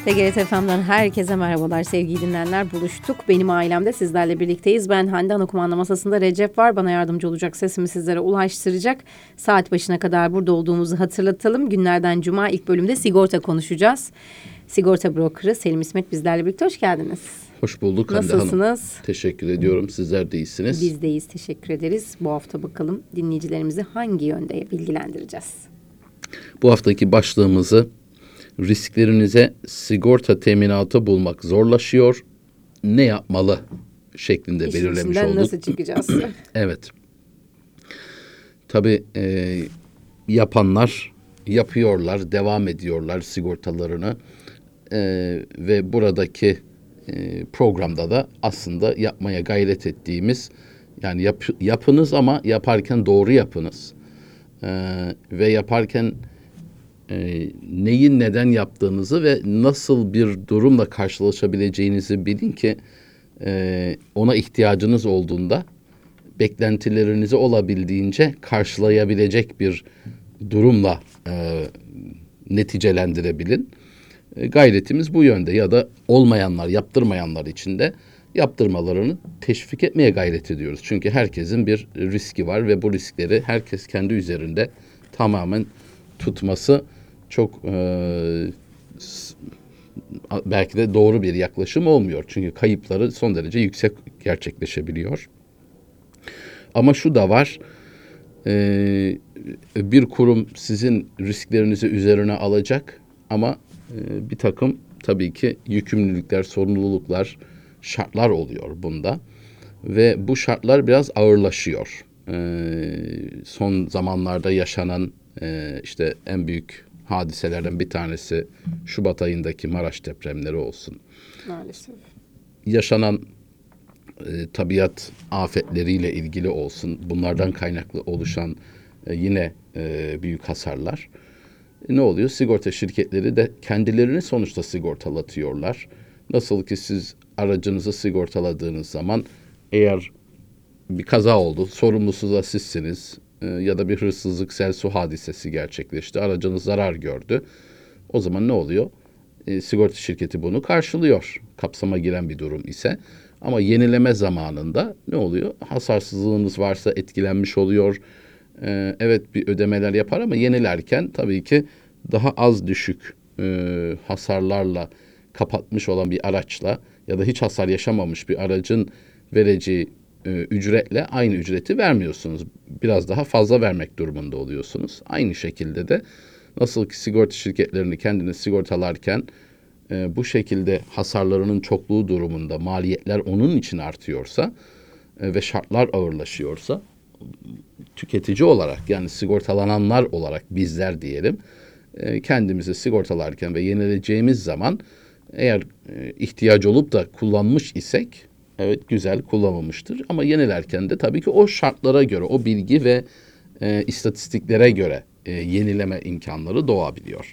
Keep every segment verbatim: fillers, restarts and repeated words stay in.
T G R T F M'den herkese merhabalar sevgili dinleyenler. Buluştuk. Benim ailemde sizlerle birlikteyiz. Ben Hande, ana kumanda masasında Recep var. Bana yardımcı olacak, sesimi sizlere ulaştıracak. Saat başına kadar burada olduğumuzu hatırlatalım. Günlerden Cuma ilk bölümde sigorta konuşacağız. Sigorta brokeri Selim İsmet bizlerle birlikte. Hoş geldiniz. Hoş bulduk Hande Hanım. Nasılsınız? Teşekkür ediyorum. Sizler de iyisiniz. Biz de iyiyiz. Teşekkür ederiz. Bu hafta bakalım dinleyicilerimizi hangi yönde bilgilendireceğiz? Bu haftaki başlığımızı risklerinize sigorta teminatı bulmak zorlaşıyor. Ne yapmalı şeklinde İşin belirlemiş içinden olduk. nasıl çıkacağız? Evet. Tabii e, yapanlar yapıyorlar, devam ediyorlar sigortalarını. E, ve buradaki e, programda da aslında yapmaya gayret ettiğimiz, yani yap, yapınız ama yaparken doğru yapınız. E, ve yaparken e, neyin neden yaptığınızı ve nasıl bir durumla karşılaşabileceğinizi bilin ki e, ona ihtiyacınız olduğunda beklentilerinizi olabildiğince karşılayabilecek bir durumla e, neticelendirebilin. E, gayretimiz bu yönde, ya da olmayanlar, yaptırmayanlar için de yaptırmalarını teşvik etmeye gayret ediyoruz. Çünkü herkesin bir riski var ve bu riskleri herkes kendi üzerinde tamamen tutması çok e, belki de doğru bir yaklaşım olmuyor. Çünkü kayıpları son derece yüksek gerçekleşebiliyor. Ama şu da var, e, bir kurum sizin risklerinizi üzerine alacak ama e, bir takım tabii ki yükümlülükler, sorumluluklar, şartlar oluyor bunda. Ve bu şartlar biraz ağırlaşıyor. E, son zamanlarda yaşanan e, işte en büyük hadiselerden bir tanesi Şubat ayındaki Maraş depremleri olsun. Maalesef. Yaşanan E, tabiat afetleriyle ilgili olsun, bunlardan kaynaklı oluşan e, yine e, büyük hasarlar. E, ne oluyor? Sigorta şirketleri de kendilerini sonuçta sigortalatıyorlar. Nasıl ki siz aracınızı sigortaladığınız zaman eğer bir kaza oldu, sorumlusu da sizsiniz e, ya da bir hırsızlık, sel su hadisesi gerçekleşti, aracınız zarar gördü. O zaman ne oluyor? E, sigorta şirketi bunu karşılıyor, kapsama giren bir durum ise. Ama yenileme zamanında ne oluyor? Hasarsızlığınız varsa etkilenmiş oluyor. Ee, evet, bir ödemeler yapar ama yenilerken tabii ki daha az düşük e, hasarlarla kapatmış olan bir araçla ya da hiç hasar yaşamamış bir aracın vereceği e, ücretle aynı ücreti vermiyorsunuz. Biraz daha fazla vermek durumunda oluyorsunuz. Aynı şekilde de nasıl ki sigorta şirketlerini kendiniz sigortalarken E, bu şekilde hasarlarının çokluğu durumunda maliyetler onun için artıyorsa e, ve şartlar ağırlaşıyorsa, tüketici olarak, yani sigortalananlar olarak bizler diyelim, e, kendimizi sigortalarken ve yenileceğimiz zaman eğer e, ihtiyacı olup da kullanmış isek, evet, güzel, kullanılmıştır, ama yenilerken de tabii ki o şartlara göre, o bilgi ve e, istatistiklere göre e, yenileme imkanları doğabiliyor.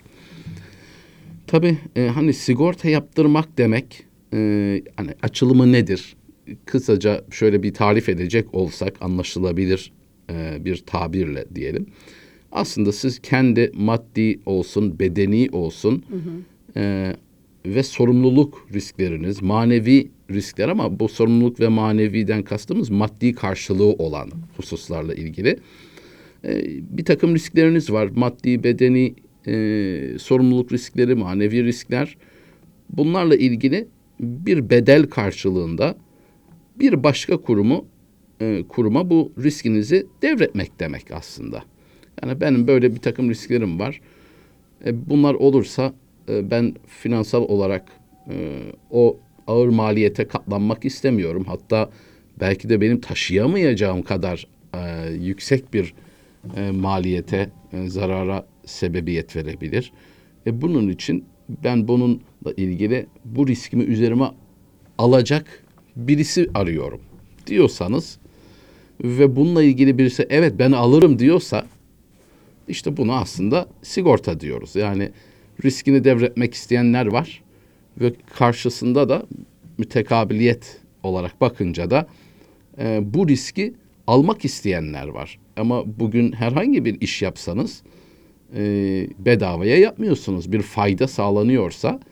Tabii e, hani sigorta yaptırmak demek, e, hani açılımı nedir? Kısaca şöyle bir tarif edecek olsak anlaşılabilir e, bir tabirle diyelim. Aslında siz kendi maddi olsun, bedeni olsun hı hı. E, ve sorumluluk riskleriniz, manevi riskler, ama bu sorumluluk ve maneviden kastımız maddi karşılığı olan hususlarla ilgili. E, bir takım riskleriniz var, maddi, bedeni, Ee, sorumluluk riskleri, manevi riskler. Bunlarla ilgili bir bedel karşılığında bir başka kurumu e, kuruma bu riskinizi devretmek demek aslında. Yani benim böyle bir takım risklerim var. E, bunlar olursa e, ben finansal olarak e, o ağır maliyete katlanmak istemiyorum. Hatta belki de benim taşıyamayacağım kadar e, yüksek bir e, maliyete, e, zarara sebebiyet verebilir. Ve bunun için ben bununla ilgili bu riskimi üzerime alacak birisi arıyorum diyorsanız ve bununla ilgili birisi evet ben alırım diyorsa, işte buna aslında sigorta diyoruz. Yani riskini devretmek isteyenler var ve karşısında da mütekabiliyet olarak bakınca da e, bu riski almak isteyenler var. Ama bugün herhangi bir iş yapsanız e, bedavaya yapmıyorsunuz. Bir fayda sağlanıyorsa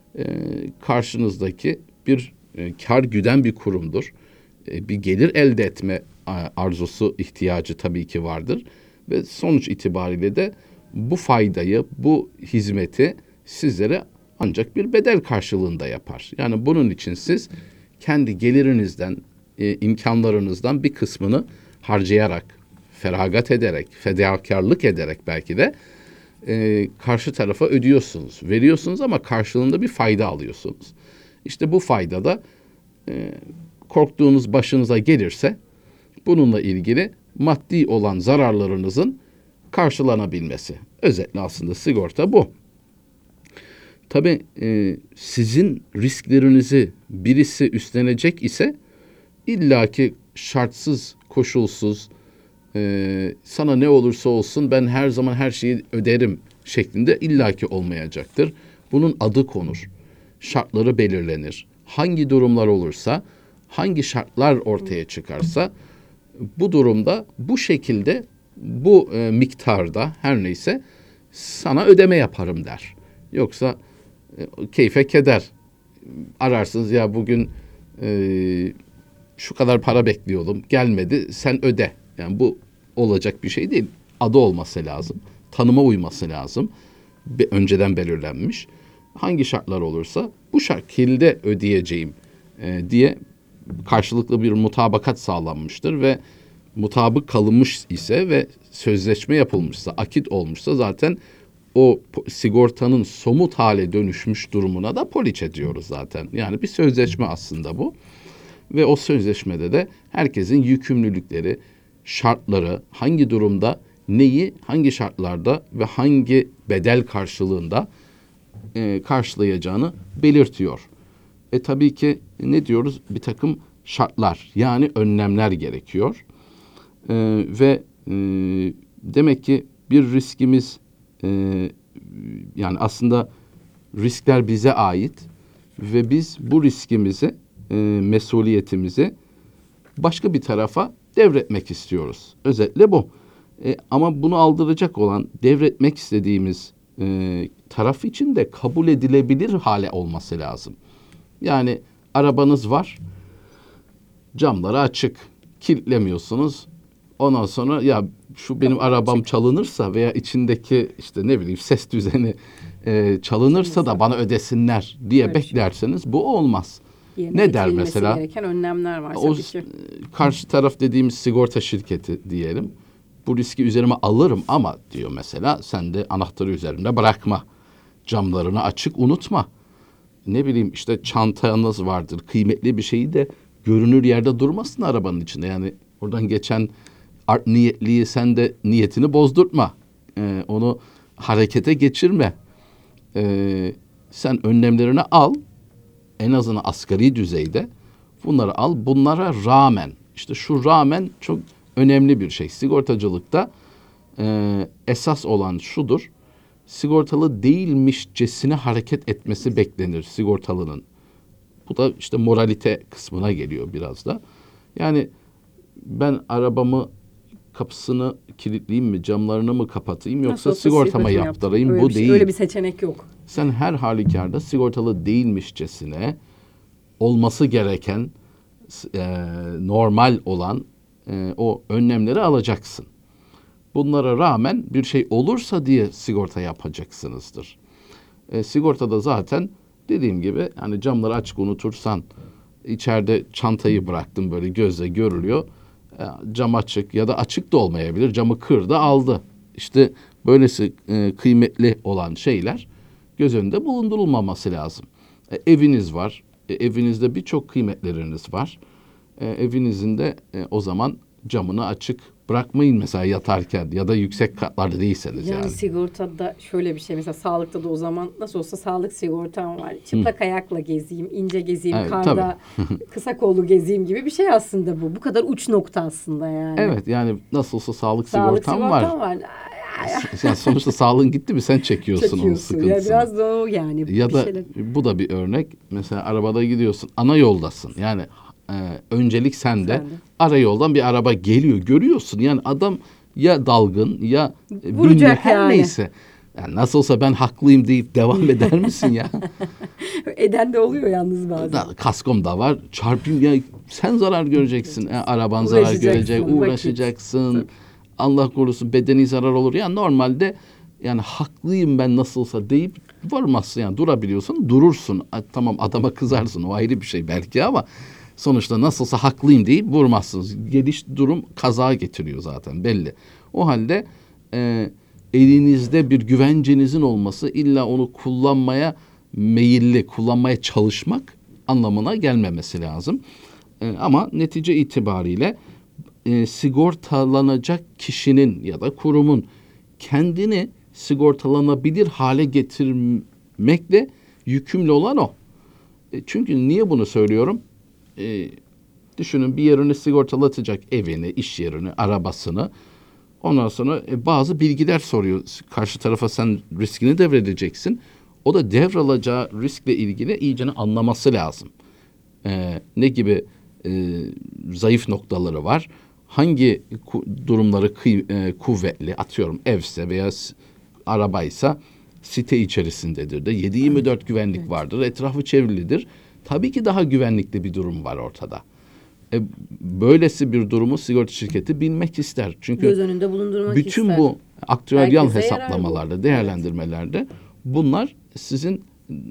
e, karşınızdaki bir e, kar güden bir kurumdur. E, bir gelir elde etme arzusu, ihtiyacı tabii ki vardır. Ve sonuç itibariyle de bu faydayı, bu hizmeti sizlere ancak bir bedel karşılığında yapar. Yani bunun için siz kendi gelirinizden, e, imkanlarınızdan bir kısmını harcayarak, feragat ederek, fedakarlık ederek belki de e, karşı tarafa ödüyorsunuz. Veriyorsunuz ama karşılığında bir fayda alıyorsunuz. İşte bu fayda da e, korktuğunuz başınıza gelirse bununla ilgili maddi olan zararlarınızın karşılanabilmesi. Özetle aslında sigorta bu. Tabii e, sizin risklerinizi birisi üstlenecek ise illaki şartsız, koşulsuz, e, sana ne olursa olsun ben her zaman her şeyi öderim şeklinde illaki olmayacaktır. Bunun adı konur, şartları belirlenir. Hangi durumlar olursa, hangi şartlar ortaya çıkarsa bu durumda bu şekilde, bu e, miktarda her neyse sana ödeme yaparım der. Yoksa e, keyfe keder. Ararsınız ya bugün e, şu kadar para bekliyordum gelmedi sen öde. Yani bu olacak bir şey değil. Adı olması lazım. Tanıma uyması lazım. Be, önceden belirlenmiş. Hangi şartlar olursa bu şekilde ödeyeceğim e, diye karşılıklı bir mutabakat sağlanmıştır ve mutabık kalınmış ise ve sözleşme yapılmışsa, akit olmuşsa zaten o sigortanın somut hale dönüşmüş durumuna da poliçe diyoruz zaten. Yani bir sözleşme aslında bu. Ve o sözleşmede de herkesin yükümlülükleri, şartları, hangi durumda neyi, hangi şartlarda ve hangi bedel karşılığında e, karşılayacağını belirtiyor. E tabii ki ne diyoruz? Bir takım şartlar yani önlemler gerekiyor. E, ve e, demek ki bir riskimiz e, yani aslında riskler bize ait ve biz bu riskimizi, e, mesuliyetimizi başka bir tarafa devretmek istiyoruz. Özetle bu. E, ama bunu aldıracak olan devretmek istediğimiz e, taraf için de kabul edilebilir hale olması lazım. Yani arabanız var, camları açık, kilitlemiyorsunuz. Ondan sonra ya şu benim arabam çalınırsa veya içindeki işte ne bileyim ses düzeni e, çalınırsa da bana ödesinler diye Evet. beklerseniz bu olmaz. Yerine Ne der getirilmesi mesela? gereken önlemler var O tabii ki. karşı taraf dediğimiz sigorta şirketi diyelim. Bu riski üzerime alırım ama diyor mesela sen de anahtarı üzerinde bırakma. Camlarını açık unutma. Ne bileyim işte çantanız vardır. Kıymetli bir şeyi de görünür yerde durmasın arabanın içinde. Yani oradan geçen art niyetliyi sen de niyetini bozdurtma. Ee, onu harekete geçirme. Ee, sen önlemlerini al. En azından asgari düzeyde bunları al. Bunlara rağmen işte şu rağmen çok önemli bir şey. Sigortacılıkta e, esas olan şudur. Sigortalı değilmişcesine hareket etmesi beklenir sigortalının. Bu da işte moralite kısmına geliyor biraz da. Yani ben arabamı kapısını kilitleyeyim mi, camlarını mı kapatayım yoksa Nasıl olsa sigortama sigortamı yaptırayım yaptım. bu Öyle bir şey- değil. Öyle bir seçenek yok. Sen her halükarda sigortalı değilmişçesine olması gereken e, normal olan e, o önlemleri alacaksın. Bunlara rağmen bir şey olursa diye sigorta yapacaksınızdır. E, sigortada zaten dediğim gibi hani camları açık unutursan içeride çantayı bıraktın böyle gözle görülüyor. E, cam açık ya da açık da olmayabilir. Camı kırdı aldı. İşte böylesi e, kıymetli olan şeyler göz önünde bulundurulmaması lazım. E, eviniz var. E, evinizde birçok kıymetleriniz var. E, evinizin de e, o zaman camını açık bırakmayın mesela yatarken ya da yüksek katlarda değilseniz Yani, yani. sigortada şöyle bir şey mesela sağlıkta da o zaman nasıl olsa sağlık sigortam var. Çıplak ayakla gezeyim, ince gezeyim, Evet, karda kısa kollu gezeyim gibi bir şey aslında bu. Bu kadar uç nokta aslında yani. Evet yani nasıl olsa sağlık, Sağlık sigortam var. sigortam var. Yani sonuçta sağlığın gitti mi sen çekiyorsun, onun Çekiyorsun. sıkıntısını. Ya biraz da o yani. Ya bir da şeyler- bu da bir örnek. Mesela arabada gidiyorsun. Ana yoldasın. Yani e, öncelik sende. Sende. Ara yoldan bir araba geliyor. Görüyorsun. Yani adam ya dalgın ya e, Vuracak bünlü, her yani. neyse. Yani nasıl olsa ben haklıyım deyip devam eder misin ya? Eden de oluyor yalnız bazen. Da, kaskom da var. Çarpayım ya, sen zarar göreceksin. E, araban zarar Uğraşacaksın, görecek, vakit. uğraşacaksın. Tabii. Allah korusun bedeni zarar olur. Yani normalde yani haklıyım ben nasılsa deyip varmazsın, yani durabiliyorsun, durursun. A, tamam, adama kızarsın, o ayrı bir şey belki, ama sonuçta nasılsa haklıyım deyip vurmazsınız. Geliş durum kaza getiriyor zaten, belli. O halde e, elinizde bir güvencenizin olması, illa onu kullanmaya meyilli, kullanmaya çalışmak anlamına gelmemesi lazım. E, ama netice itibariyle e, sigortalanacak kişinin ya da kurumun kendini sigortalanabilir hale getirmekle yükümlü olan o. E, çünkü niye bunu söylüyorum? E, düşünün, bir yerini sigortalatacak, evini, iş yerini, arabasını. Ondan sonra e, bazı bilgiler soruyor. Karşı tarafa sen riskini devredeceksin. O da devralacağı riskle ilgili iyicene anlaması lazım. E, ne gibi e, zayıf noktaları var? Hangi ku- durumları kıy- e, kuvvetli, atıyorum evse veya s- arabaysa site içerisindedir de yedi yirmi dört güvenlik Evet. vardır, etrafı çevrilidir. Tabii ki daha güvenlikli bir durum var ortada. E, böylesi bir durumu sigorta şirketi bilmek ister. Çünkü Göz önünde bulundurmak bütün ister. bu aktüeryal Herkese yarar bu. hesaplamalarda, değerlendirmelerde bunlar sizin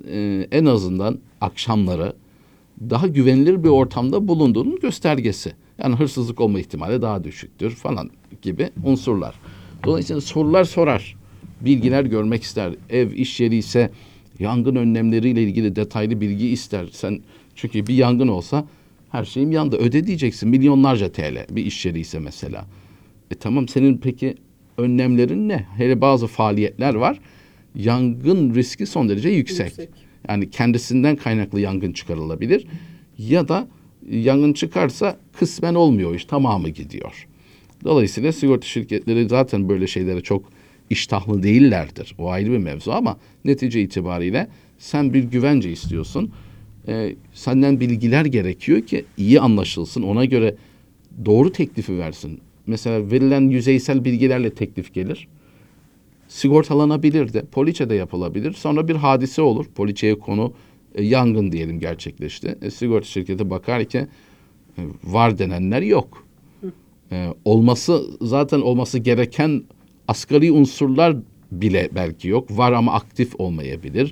e, en azından akşamları daha güvenilir bir ortamda bulunduğunun göstergesi. Yani hırsızlık olma ihtimali daha düşüktür falan gibi unsurlar. Dolayısıyla sorular sorar, bilgiler görmek ister. Ev, iş yeri ise yangın önlemleriyle ilgili detaylı bilgi ister. Sen, çünkü bir yangın olsa her şeyim yandı, öde diyeceksin, milyonlarca T L, bir iş yeri ise mesela. E tamam, senin peki önlemlerin ne? Hele bazı faaliyetler var, yangın riski son derece yüksek. Yüksek. Yani kendisinden kaynaklı yangın çıkarılabilir ya da yangın çıkarsa kısmen olmuyor, iş tamamı gidiyor. Dolayısıyla sigorta şirketleri zaten böyle şeylere çok iştahlı değillerdir. O ayrı bir mevzu, ama netice itibariyle sen bir güvence istiyorsun. Ee, senden bilgiler gerekiyor ki iyi anlaşılsın, ona göre doğru teklifi versin. Mesela verilen yüzeysel bilgilerle teklif gelir. Sigortalanabilir de, poliçe de yapılabilir. Sonra bir hadise olur. Poliçeye konu e, yangın diyelim gerçekleşti. E, sigorta şirketi bakar ki e, var denenler yok. E, olması zaten olması gereken asgari unsurlar bile belki yok. Var ama aktif olmayabilir.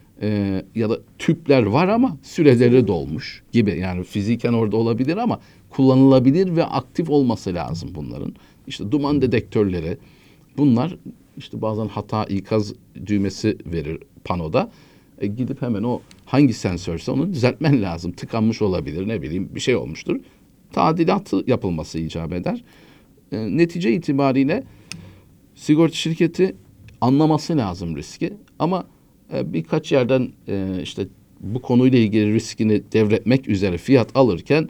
E, ya da tüpler var ama süreleri dolmuş gibi. Yani fiziken orada olabilir ama kullanılabilir ve aktif olması lazım bunların. İşte duman dedektörleri, bunlar işte bazen hata ikaz düğmesi verir panoda. E, gidip hemen o hangi sensörse onu düzeltmen lazım. Tıkanmış olabilir, ne bileyim bir şey olmuştur. Tadilatı yapılması icap eder. E, netice itibariyle sigorta şirketi anlaması lazım riski. Ama e, birkaç yerden e, işte bu konuyla ilgili riskini devretmek üzere fiyat alırken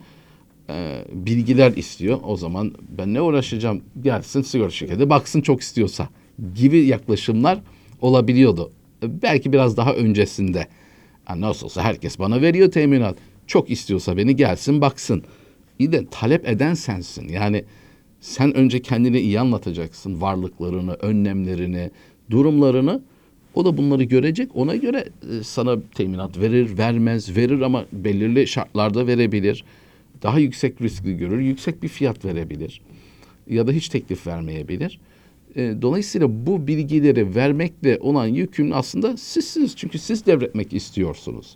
e, bilgiler istiyor. O zaman ben ne uğraşacağım? Gelsin sigorta şirketi baksın çok istiyorsa gibi yaklaşımlar olabiliyordu. E, belki biraz daha öncesinde. Yani nasıl olsa herkes bana veriyor teminat. Çok istiyorsa beni gelsin baksın. İyi de talep eden sensin. Yani sen önce kendini iyi anlatacaksın. Varlıklarını, önlemlerini, durumlarını. O da bunları görecek. Ona göre e, sana teminat verir, vermez, verir ama belirli şartlarda verebilir. Daha yüksek riskli görür, yüksek bir fiyat verebilir. Ya da hiç teklif vermeyebilir. E, dolayısıyla bu bilgileri vermekle olan yükümlü aslında sizsiniz. Çünkü siz devretmek istiyorsunuz.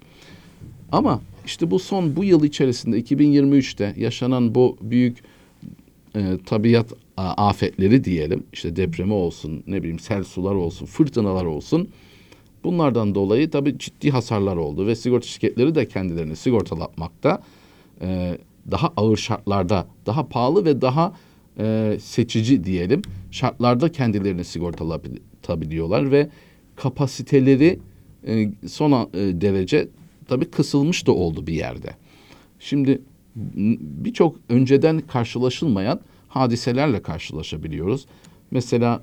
Ama işte bu son bu yıl içerisinde iki bin yirmi üçte yaşanan bu büyük e, tabiat a, afetleri diyelim, işte depremi olsun, ne bileyim sel sular olsun, fırtınalar olsun, bunlardan dolayı tabii ciddi hasarlar oldu ve sigorta şirketleri de kendilerini sigortalatmakta e, daha ağır şartlarda, daha pahalı ve daha e, seçici diyelim şartlarda kendilerini sigortalatabiliyorlar ve kapasiteleri e, son e, derece tabii kısılmış da oldu bir yerde. Şimdi birçok önceden karşılaşılmayan hadiselerle karşılaşabiliyoruz. Mesela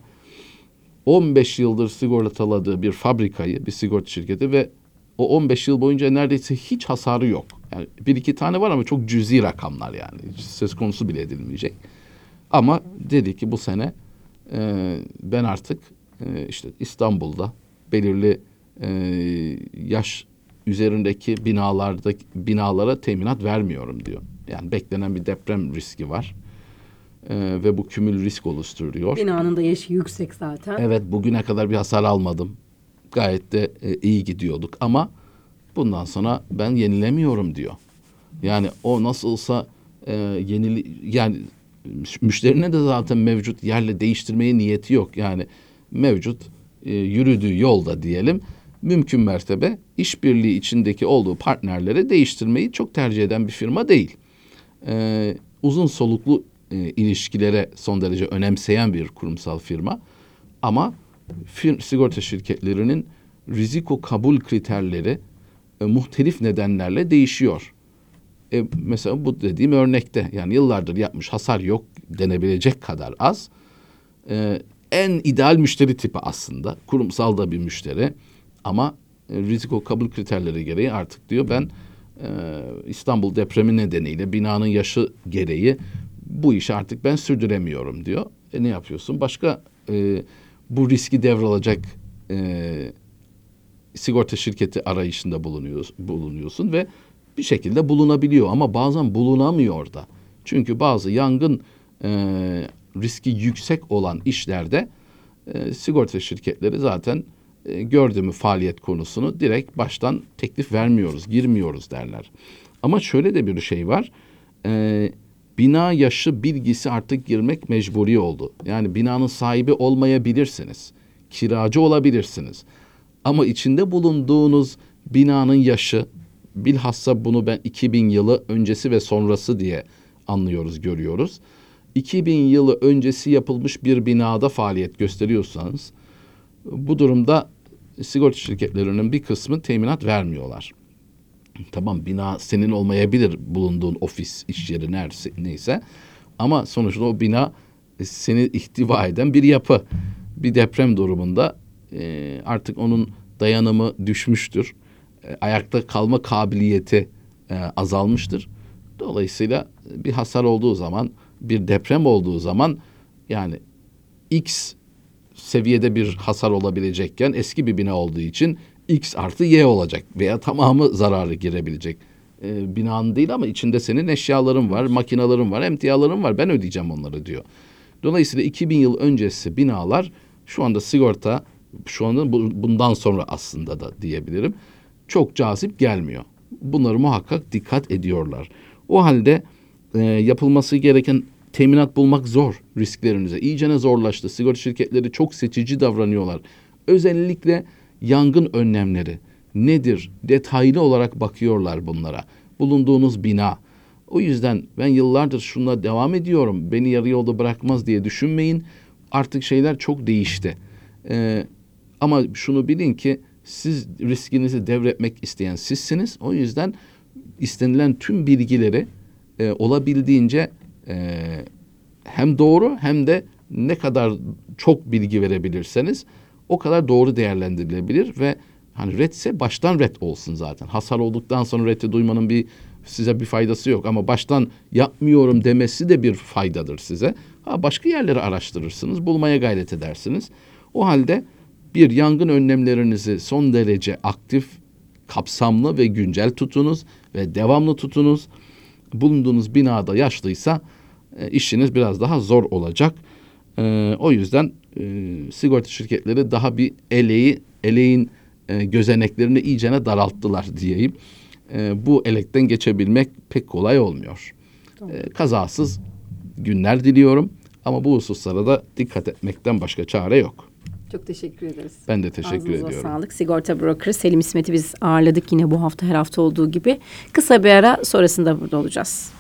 on beş yıldır sigortaladığı bir fabrikayı, bir sigorta şirketi ve o on beş yıl boyunca neredeyse hiç hasarı yok. Yani bir iki tane var ama çok cüzi rakamlar, yani hiç söz konusu bile edilmeyecek. Ama dedi ki bu sene e, ben artık e, işte İstanbul'da belirli e, yaş üzerindeki binalarda binalara teminat vermiyorum diyor. Yani beklenen bir deprem riski var. E, ve bu kümül risk oluşturuyor. Binanın da yaşı yüksek zaten. Evet, bugüne kadar bir hasar almadım. Gayet de e, iyi gidiyorduk ama bundan sonra ben yenilemiyorum diyor. Yani o nasılsa e, yenili yani müşterine de zaten mevcut yerle değiştirmeye niyeti yok. Yani mevcut e, yürüdüğü yolda diyelim mümkün mertebe işbirliği içindeki olduğu partnerleri değiştirmeyi çok tercih eden bir firma değil. E, uzun soluklu e, ilişkilere son derece önemseyen bir kurumsal firma. Ama fir, sigorta şirketlerinin riziko kabul kriterleri e, muhtelif nedenlerle değişiyor. E, mesela bu dediğim örnekte yani yıllardır yapmış hasar yok denebilecek kadar az. E, en ideal müşteri tipi aslında. Kurumsal da bir müşteri ama e, riziko kabul kriterleri gereği artık diyor ben e, İstanbul depremi nedeniyle binanın yaşı gereği bu işi artık ben sürdüremiyorum diyor. E ne yapıyorsun? Başka e, bu riski devralacak e, sigorta şirketi arayışında bulunuyorsun, bulunuyorsun ve bir şekilde bulunabiliyor ama bazen bulunamıyor da. Çünkü bazı yangın e, riski yüksek olan işlerde e, sigorta şirketleri zaten e, gördüğü mü faaliyet konusunu direkt baştan teklif vermiyoruz, girmiyoruz derler. Ama şöyle de bir şey var. E, bina yaşı bilgisi artık girmek mecburi oldu. Yani binanın sahibi olmayabilirsiniz. Kiracı olabilirsiniz. Ama içinde bulunduğunuz binanın yaşı, bilhassa bunu ben iki bin yılı öncesi ve sonrası diye anlıyoruz, görüyoruz. iki bin yılı öncesi yapılmış bir binada faaliyet gösteriyorsanız, bu durumda sigorta şirketlerinin bir kısmı teminat vermiyorlar. Tamam, bina senin olmayabilir, bulunduğun ofis, iş yeri neresi, neyse. Ama sonuçta o bina seni ihtiva eden bir yapı. Bir deprem durumunda e, artık onun dayanımı düşmüştür. E, ayakta kalma kabiliyeti e, azalmıştır. Dolayısıyla bir hasar olduğu zaman, bir deprem olduğu zaman yani X seviyede bir hasar olabilecekken eski bir bina olduğu için X artı Y olacak veya tamamı zararı girebilecek. E, binanın değil ama içinde senin eşyaların var, makinaların var, emtiaların var. Ben ödeyeceğim onları diyor. Dolayısıyla iki bin yıl öncesi binalar şu anda sigorta, şu anda bundan sonra aslında da diyebilirim, çok cazip gelmiyor. Bunları muhakkak dikkat ediyorlar. O halde e, yapılması gereken teminat bulmak zor risklerinize. İyicene zorlaştı. Sigorta şirketleri çok seçici davranıyorlar. Özellikle yangın önlemleri nedir? Detaylı olarak bakıyorlar bunlara. Bulunduğunuz bina. O yüzden ben yıllardır şununla devam ediyorum. Beni yarı yolda bırakmaz diye düşünmeyin. Artık şeyler çok değişti. Ee, ama şunu bilin ki siz riskinizi devretmek isteyen sizsiniz. O yüzden istenilen tüm bilgileri e, olabildiğince e, hem doğru hem de ne kadar çok bilgi verebilirseniz o kadar doğru değerlendirilebilir ve hani redse baştan red olsun zaten. Hasar olduktan sonra red'i duymanın bir size bir faydası yok ama baştan yapmıyorum demesi de bir faydadır size. Ha, başka yerleri araştırırsınız, bulmaya gayret edersiniz. O halde bir, yangın önlemlerinizi son derece aktif, kapsamlı ve güncel tutunuz ve devamlı tutunuz. Bulunduğunuz binada yaşlıysa e, işiniz biraz daha zor olacak. E, o yüzden e, sigorta şirketleri daha bir eleği, eleğin e, gözeneklerini iyicene daralttılar diyeyim. E, bu elekten geçebilmek pek kolay olmuyor. E, kazasız günler diliyorum ama bu hususlara da dikkat etmekten başka çare yok. Çok teşekkür ederiz. Ben de teşekkür Ağzınıza ediyorum. sağlık. Sigorta broker Selim İsmet'i biz ağırladık yine bu hafta her hafta olduğu gibi. Kısa bir ara sonrasında burada olacağız.